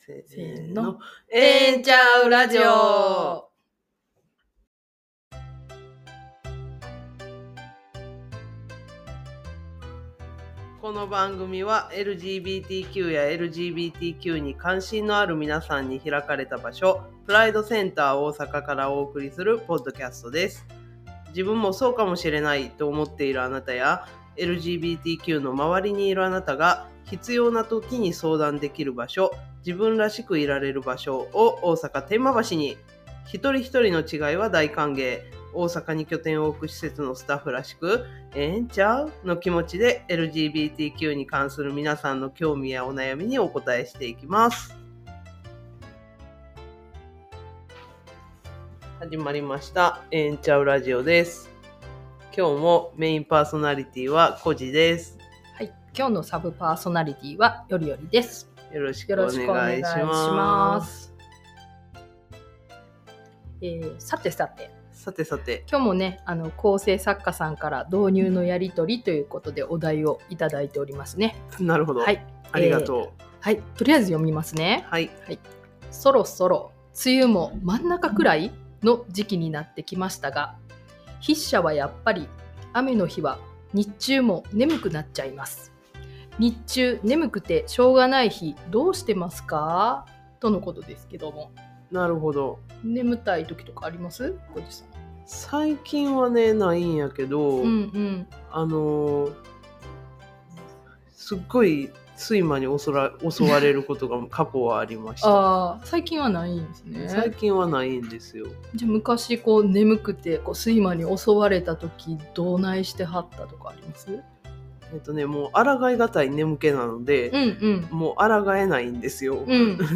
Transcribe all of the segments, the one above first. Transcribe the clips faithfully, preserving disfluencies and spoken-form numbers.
せせーーのの。 えーんちゃうラジオ。この番組は エルジービーティーキュー や エルジービーティーキュー に関心のある皆さんに開かれた場所、プライドセンター大阪からお送りするポッドキャストです。自分もそうかもしれないと思っているあなたや エルジービーティーキュー の周りにいるあなたが必要な時に相談できる場所、自分らしくいられる場所を大阪天満橋に。一人一人の違いは大歓迎。大阪に拠点を置く施設のスタッフらしく、ええんちゃうの気持ちで エルジービーティーキュー に関する皆さんの興味やお悩みにお答えしていきます。始まりました。ええんちゃうラジオです。今日もメインパーソナリティはコジです。 はい、今日のサブパーソナリティはよりよりです。 よろしくお願いします。 よろしくお願いします。えー、さてさて。 さてさて。 今日もね、あの構成作家さんから導入のやり取りということでお題をいただいておりますね。 なるほど。はい。ありがとう。えー、 はい、とりあえず読みますね。 はい。 はい。そろそろ梅雨も真ん中くらいの時期になってきましたが、筆者はやっぱり雨の日は日中も眠くなっちゃいます。日中眠くてしょうがない日どうしてますかとのことですけども。 なるほど。 眠たい時とかあります？小路さん。 最近はねないんやけど、うんうん、あのー、すっごい睡魔に襲わ、襲われることが過去はありました。 あ、最近はないんですね。 最近はないんですよ。 じゃあ昔こう眠くてこう睡魔に襲われた時どないしてはったとかあります？ えっとね、もう抗いがたい眠気なので、うんうん、もう抗えないんですよ、うん、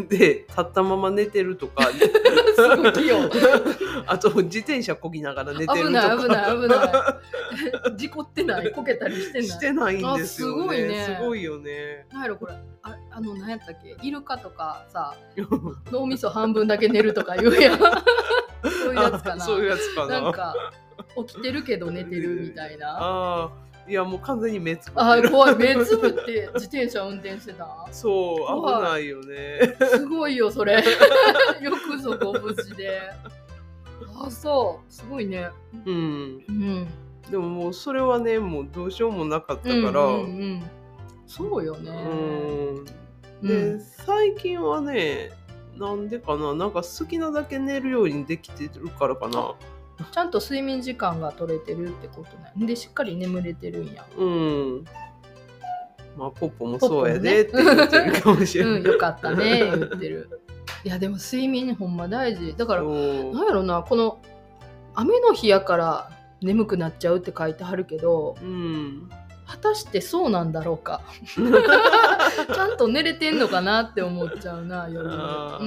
で立ったまま寝てるとかすごい器用あと自転車こぎながら寝てるとか。 危ない危ない危ない事故ってない、こけたりしてない？ してないんですよね。 すごいね。 すごいよね。 なんやろこれ、あ、あの何やったっけ、イルカとかさ脳みそ半分だけ寝るとか言うやんそういうやつかな。 そういうやつかな。 なんか起きてるけど寝てるみたいな。 あ、いやもう完全に目つぶってる。 あ、怖い、目つぶって自転車運転してた。 そう危ないよね。 すごいよそれよくぞご無事で。あ、そうすごいね。 うん、うん、でももうそれはねもうどうしようもなかったから、うんうんうん、 そうよね。 うん、で、うん、最近はねなんでかな、なんか好きなだけ寝るようにできてるからかな。 ちゃんと睡眠時間が取れてるってことね。でしっかり眠れてるんや。 うん。まあポッポもそうやでって言ってるかもしれない。 うん、よかったね言ってる。いやでも睡眠ほんま大事だから。なんやろな、この雨の日やから眠くなっちゃうって書いてあるけど、うん、果たしてそうなんだろうかちゃんと寝れてんのかなって思っちゃうな夜。 あ、うん、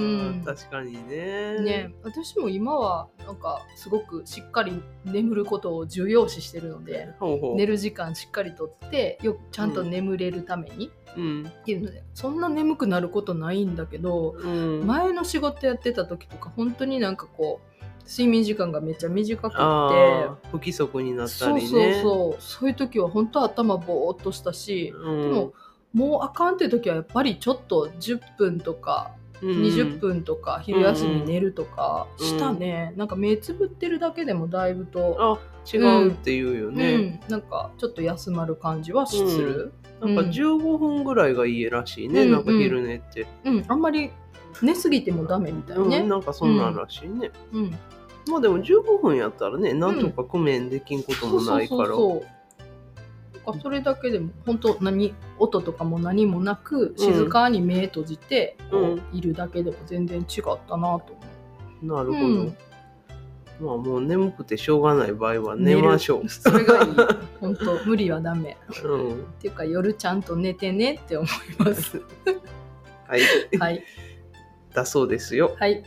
確かにね。 ね、私も今はなんかすごくしっかり眠ることを重要視してるので、ほうほう、寝る時間しっかりとってよくちゃんと眠れるために、うん、っていうのでそんな眠くなることないんだけど、うん、前の仕事やってた時とか本当になんかこう睡眠時間がめっちゃ短くて不規則になったりね。 そうそうそう、そういう時は本当頭ぼーっとしたし、うん、でももうあかんっていう時はやっぱりちょっとじゅっぷんとかにじゅっぷんとか昼休み寝るとかしたね、うんうん、なんか目つぶってるだけでもだいぶとあ違うっていうよね、 うんうん、なんかちょっと休まる感じはする、 うん、なんかじゅうごふんぐらいがいいらしいね、うん、なんか昼寝って、 うんうん、あんまり寝すぎてもダメみたいね、 うん、なんかそんなんらしいね、うんうん、まあでもじゅうごふんやったらね、なんとか工面できんこともないから、うん、そうそうそうそう、それだけでも本当何音とかも何もなく静かに目閉じて、うん、いるだけでも全然違ったなと思う。なるほど、うん、まあもう眠くてしょうがない場合は寝ましょう。 それがいい本当無理はダメ、うん、っていうか夜ちゃんと寝てねって思いますはい、はい、だそうですよ。 はい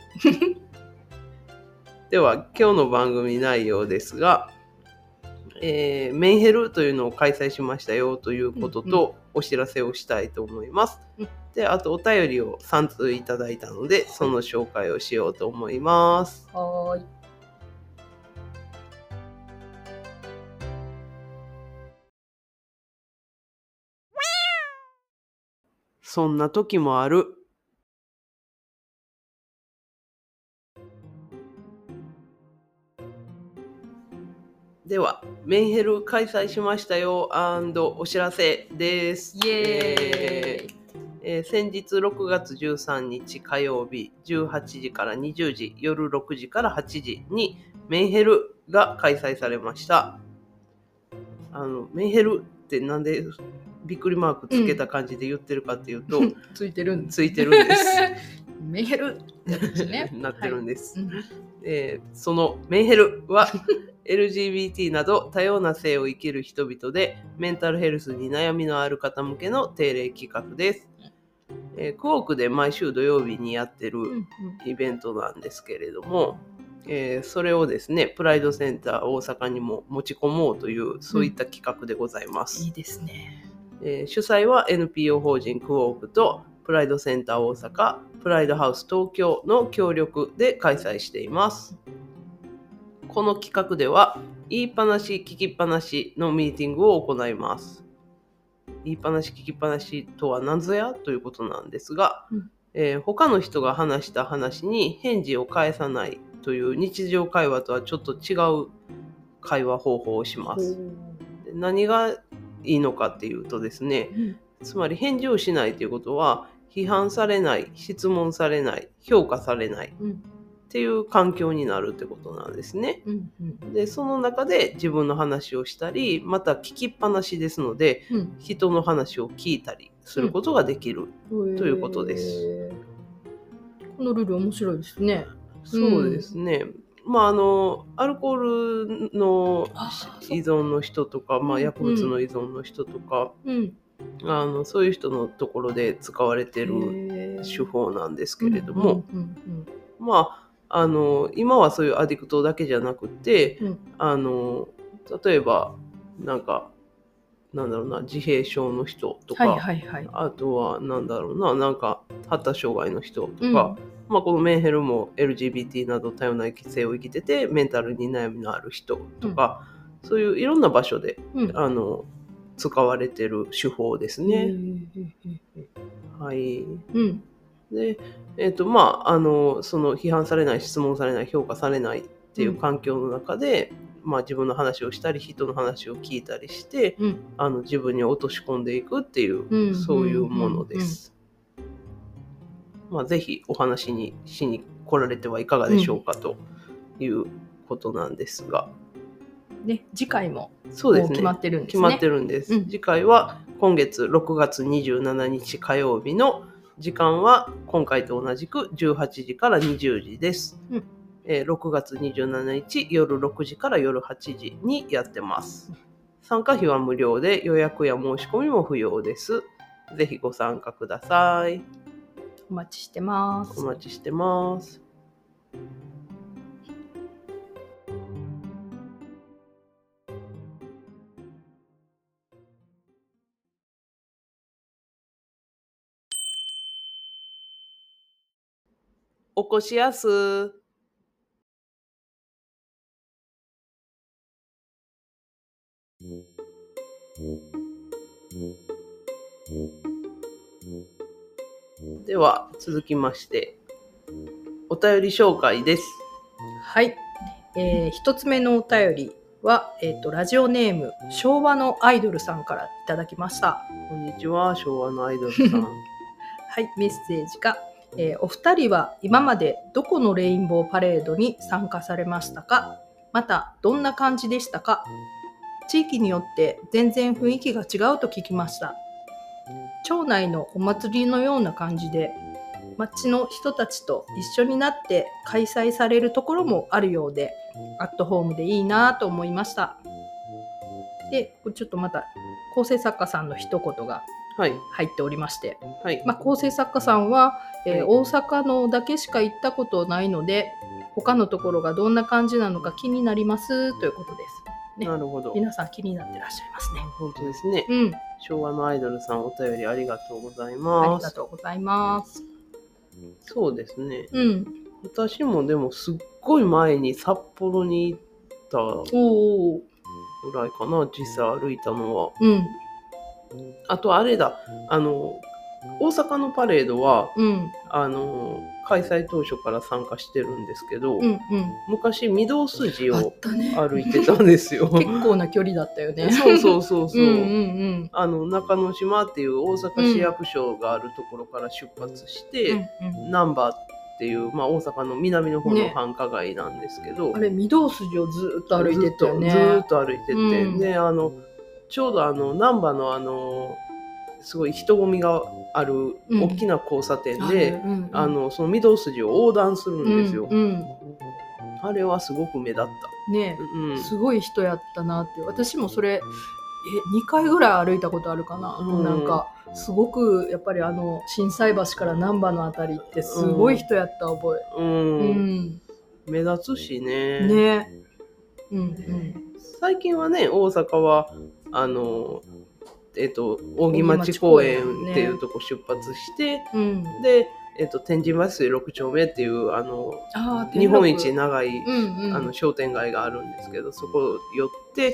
では今日の番組内容ですが、えー、メンヘルというのを開催しましたよということとお知らせをしたいと思います、うんうん、であとお便りをさん通いただいたのでその紹介をしようと思います。 はい、 そんな時もある。 ではメンヘル開催しましたよ&お知らせです。 イエーイ、えーえー、先日ろくがつじゅうさんにち火曜日じゅうはちじからにじゅうじ、夜ろくじからはちじにメンヘルが開催されました。あのメンヘルってなんでびっくりマークつけた感じで言ってるかっていうと、うん、 ついてるんついてるんですメンヘルってです、ね、 なってるんです、 はい、 えー、そのメンヘルはエルジービーティー など多様な性を生きる人々でメンタルヘルスに悩みのある方向けの定例企画です。えー、クォークで毎週土曜日にやってるイベントなんですけれども、えー、それをですねプライドセンター大阪にも持ち込もうというそういった企画でございます、 うん、いいですね。 えー、主催は エヌピーオー 法人クォークとプライドセンター大阪、プライドハウス東京の協力で開催しています。この企画では言いっぱなし聞きっぱなしのミーティングを行います。言いっぱなし聞きっぱなしとは何ぞやということなんですが、うんえー、他の人が話した話に返事を返さないという日常会話とはちょっと違う会話方法をします。何がいいのかっていうとですね、うん、つまり返事をしないということは批判されない、質問されない、評価されない、うんっていう環境になるってことなんですね、うんうん、でその中で自分の話をしたりまた聞きっぱなしですので、うん、人の話を聞いたりすることができる、うん、ということです。 このルール面白いですね。 そうですね、うん、まああのアルコールの依存の人とか、まあ、薬物の依存の人とか、うんうん、あのそういう人のところで使われてる手法なんですけれども、うんうんうんうん、まああの今はそういうアディクトだけじゃなくて、うん、あの例えばなんかなんだろうな自閉症の人とか、はいはいはい、あとはなんだろうななんか発達障害の人とか、うんまあ、このメンヘルも エルジービーティー など多様な生き性を生きててメンタルに悩みのある人とか、うん、そういういろんな場所で、うん、あの使われてる手法ですね。はい、うんでえーとまあ、あのその批判されない、質問されない、評価されないっていう環境の中で、うんまあ、自分の話をしたり人の話を聞いたりして、うん、あの自分に落とし込んでいくっていう、うん、そういうものです、うんうんまあ、ぜひお話にしに来られてはいかがでしょうか、うん、ということなんですが、 ね、次回もそうですね、決まってるんですね。 決まってるんです、うん、次回は今月ろくがつにじゅうしちにち火曜日の時間は今回と同じくじゅうはちじからにじゅうじです、うんえー、ろくがつにじゅうしちにち夜ろくじから夜はちじにやってます。参加費は無料で予約や申し込みも不要です。ぜひご参加ください。 お待ちしてます。 お待ちしてます。おこしやす。では続きましてお便り紹介です。 はい、えー、一つ目のお便りは、えーと、ラジオネーム昭和のアイドルさんからいただきました。 こんにちは、昭和のアイドルさんはい、 メッセージが、えー、お二人は今までどこのレインボーパレードに参加されましたか？またどんな感じでしたか？地域によって全然雰囲気が違うと聞きました。町内のお祭りのような感じで町の人たちと一緒になって開催されるところもあるようでアットホームでいいなと思いました。で、ちょっとまた構成作家さんの一言が入っておりまして、はいまあ、構成作家さんは、えーはい、大阪のだけしか行ったことないので他のところがどんな感じなのか気になりますということです、ね、 なるほど。 皆さん気になってらっしゃいますね。 本当ですね、うん、昭和のアイドルさんお便りありがとうございます。 ありがとうございます。 そうですね、うん、私もでもすっごい前に札幌に行ったぐらいかな、実際歩いたのは、うん、あとあれだあの大阪のパレードは、うん、あの開催当初から参加してるんですけど、 うんうん、 昔御堂筋を歩いてたんですよ、 ね、結構な距離だったよね。 そうそうそうそう、うんうんうん、 あの中之島っていう大阪市役所があるところから出発して、うんうん、難波っていう、まあ、大阪の南の方の繁華街なんですけど、 ね、あれ御堂筋をずっと歩いてたよね。 ずっと歩いてて、うん、であのちょうどあの難波のあのすごい人混みがある大きな交差点で、うんうんうん、あのその御堂筋を横断するんですよ、うんうん、あれはすごく目立ったね、うん、すごい人やったなって。私もそれえにかいぐらい歩いたことあるかな、うん、なんかすごくやっぱりあの心斎橋から難波のあたりってすごい人やった覚え、うんうん、 目立つしね。 ね、うんうん、 最近はね大阪はあのえっと、扇町公園っていうとこ出発して、ね、で、えっと、天神橋筋ろく丁目っていうあのあ日本一長い、うんうん、あの商店街があるんですけど、そこ寄って、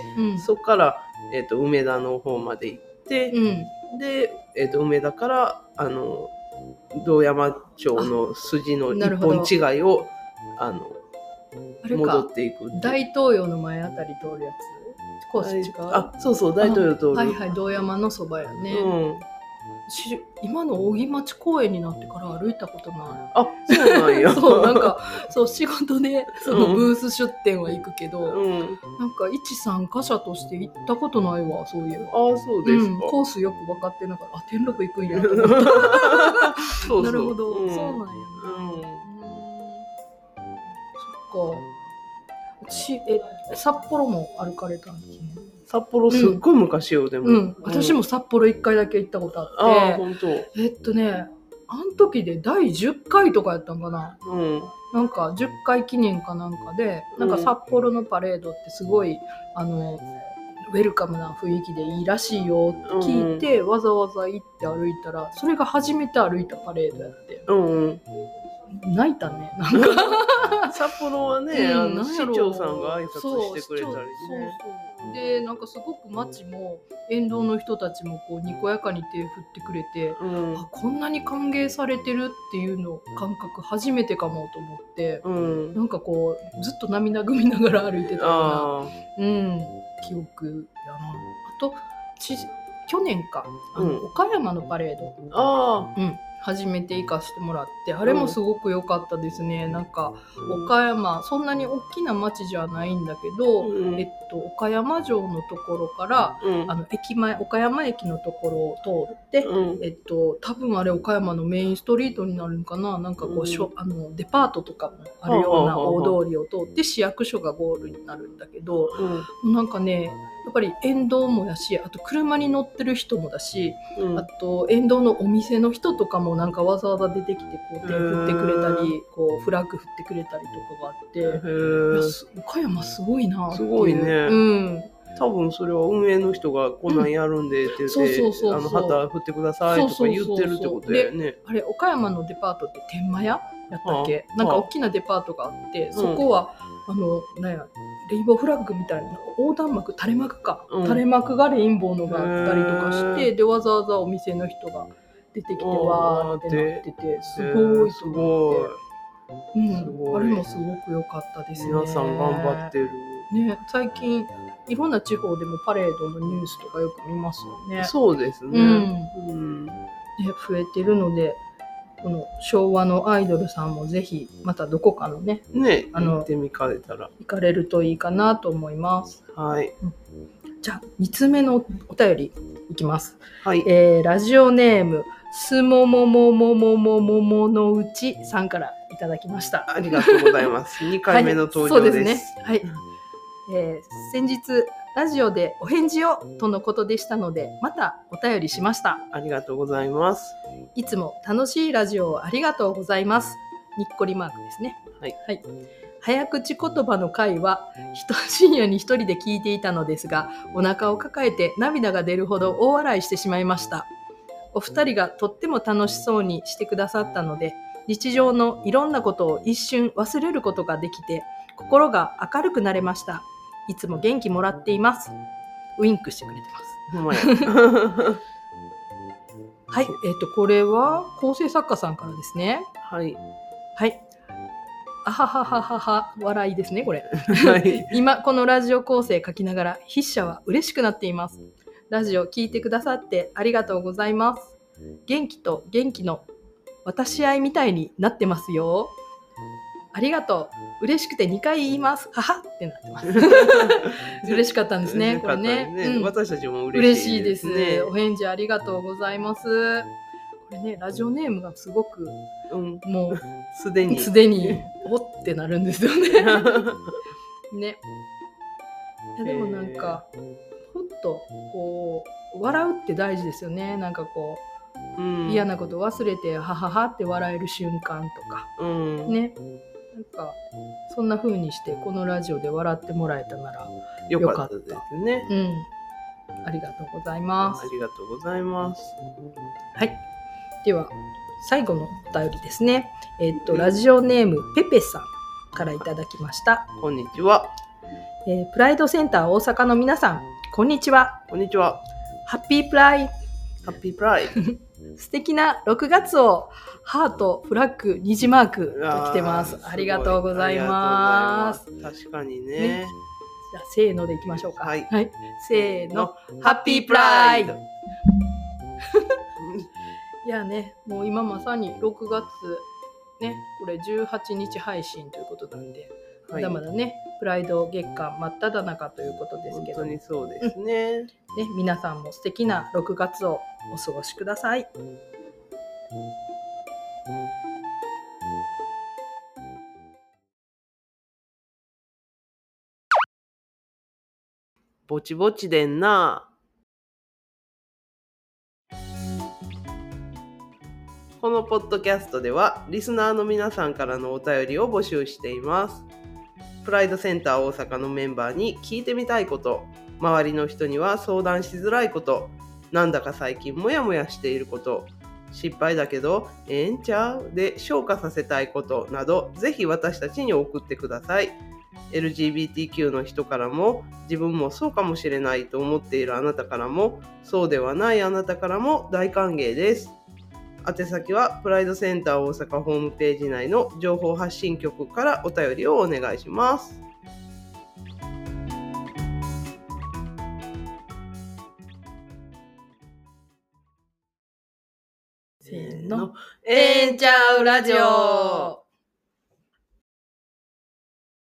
うん、そこから、えっと、梅田の方まで行って、うん、で、えっと、梅田からあの堂山町の筋の一本違いをあの戻っていくって。 大東洋の前あたり通るやつコース違う。 あ、そうそう、大東洋通る。 はいはい、堂山のそばやね、うん、今の扇町公園になってから歩いたことない。 あ、そうなんや。 そう、なんかそう仕事でそのブース出店は行くけど、うん、なんか一参加者として行ったことないわ、そういう。 あ、そうですか、 うん、コースよく分かってなかった。あ、天禄行くんやと思った。そうそう、なるほど、うん、そうなんやね、うん、そっか。しえ札幌も歩かれたんですね。 札幌すっごい昔よ、うん、でも、 うん、私も札幌いっかいだけ行ったことあって、 あ、本当。 えっとねあの時でだいじゅっかいとかやったんかな、うん、なんかじゅっかい記念かなんかで、なんか札幌のパレードってすごいあのウェルカムな雰囲気でいいらしいよって聞いて、うん、わざわざ行って歩いたらそれが初めて歩いたパレードやって、うんうん、泣いたねなんか札幌はね、うん、あの市長さんが挨拶してくれたりね。 そうそうでなんかすごく街も沿道の人たちもこうにこやかに手振ってくれて、うん、あこんなに歓迎されてるっていうの感覚初めてかもと思って、うん、なんかこうずっと涙ぐみながら歩いてたような、うん、記憶やな。あとち去年かあの、うん、岡山のパレード、あ、うん、初めて行かせてもらって、あれもすごく良かったですね、うん、なんか岡山そんなに大きな町じゃないんだけど、うん、えっと、岡山城のところから、うん、あの駅前岡山駅のところを通って、うん、えっと、多分あれ岡山のメインストリートになるのかな、なんかこう、うん、あのデパートとかもあるような大通りを通って市役所がゴールになるんだけど、うん、なんかねやっぱり沿道もやし、あと車に乗ってる人もだし、うん、あと沿道のお店の人とかもなんかわざわざ出てきてこう手振ってくれたり、こうフラッグ振ってくれたりとかがあって、いや岡山すごいなっていう。 すごいね、うん、多分それは運営の人がこんなんやるんでって言って、あの旗振ってくださいとか言ってるってことだよね。 あれ岡山のデパートって天満屋やったっけ、なんか大きなデパートがあって、そこは、うん、あのなんやレインボーフラッグみたいな横断幕垂れ幕か、うん、垂れ幕がレインボーのがあったりとかして、でわざわざお店の人が出てきてわーってなってて、すごいと思って、うん、あれもすごく良かったですね。 皆さん頑張ってる、 ね、最近いろんな地方でもパレードのニュースとかよく見ますよね。 そうですね、うんうん、 ね、増えてるので、この昭和のアイドルさんもぜひまたどこかのね、 ね、あの行ってみかれたら行かれるといいかなと思います。 はい、うん、 じゃあみっつめのお便りいきます。はい、えー、ラジオネームすもももももももものうちさんからいただきました。 ありがとうございます。にかいめの登場です。はい、そうですね。 はい。えー、先日ラジオでお返事をとのことでしたので、またお便りしました。 ありがとうございます。 いつも楽しいラジオをありがとうございます。にっこりマークですね。はい。はい、早口言葉の回は深夜に一人で聞いていたのですが、お腹を抱えて涙が出るほど大笑いしてしまいました。お二人がとっても楽しそうにしてくださったので、日常のいろんなことを一瞬忘れることができて、心が明るくなれました。いつも元気もらっています。ウインクしてくれてます。はい、えっとこれは構成作家さんからですね。 はい。 はい。あははははは、笑いですね、これ。はい、今、このラジオ構成書きながら、筆者は嬉しくなっています。ラジオ聞いてくださってありがとうございます。元気と元気の渡し合いみたいになってますよ。ありがとう。嬉しくてにかい言います。ははってなってます。嬉しかったんですね、これね。ね、 うん、私たちも嬉しいですね。 嬉しいです。お返事ありがとうございます。これね、ラジオネームがすごく、うん、もうすでにすでにおってなるんですよね。ね。いやでもなんかふっとこう笑うって大事ですよね。なんかこう、うん、嫌なこと忘れてはははって笑える瞬間とか、うん、ね。なんかそんな風にしてこのラジオで笑ってもらえたならよかった。よかったですね。うん。ありがとうございます。 ありがとうございます。 はい。では最後のお便りですね。えっと、うん、ラジオネームペペさんからいただきました。 こんにちは。 えー、プライドセンター大阪の皆さん、こんにちは。 こんにちは。 ハッピープライハッピープライ素敵なろくがつをハート、フラッグ、虹マークと来てます。ありがとうございます。 確かに ね, ね。 じゃあせーのでいきましょうか。 はい。 はい、せーの、ハッピープライド。いやね、もう今まさにろくがつね、これじゅうはちにち配信ということなんで、まだまだね、はい、プライド月間真っ只中ということですけど、 本当にそうですね。うん、 ね、皆さんも素敵なろくがつをお過ごしください。 ぼちぼちでんな。このポッドキャストではリスナーの皆さんからのお便りを募集しています。プライドセンター大阪のメンバーに聞いてみたいこと、周りの人には相談しづらいこと、なんだか最近モヤモヤしていること、失敗だけどええんちゃうで消化させたいことなど、ぜひ私たちに送ってください。エルジービーティーキュー の人からも、自分もそうかもしれないと思っているあなたからも、そうではないあなたからも大歓迎です。宛先はプライドセンター大阪ホームページ内の情報発信局からお便りをお願いします。 せーの、ええんちゃうラジオ。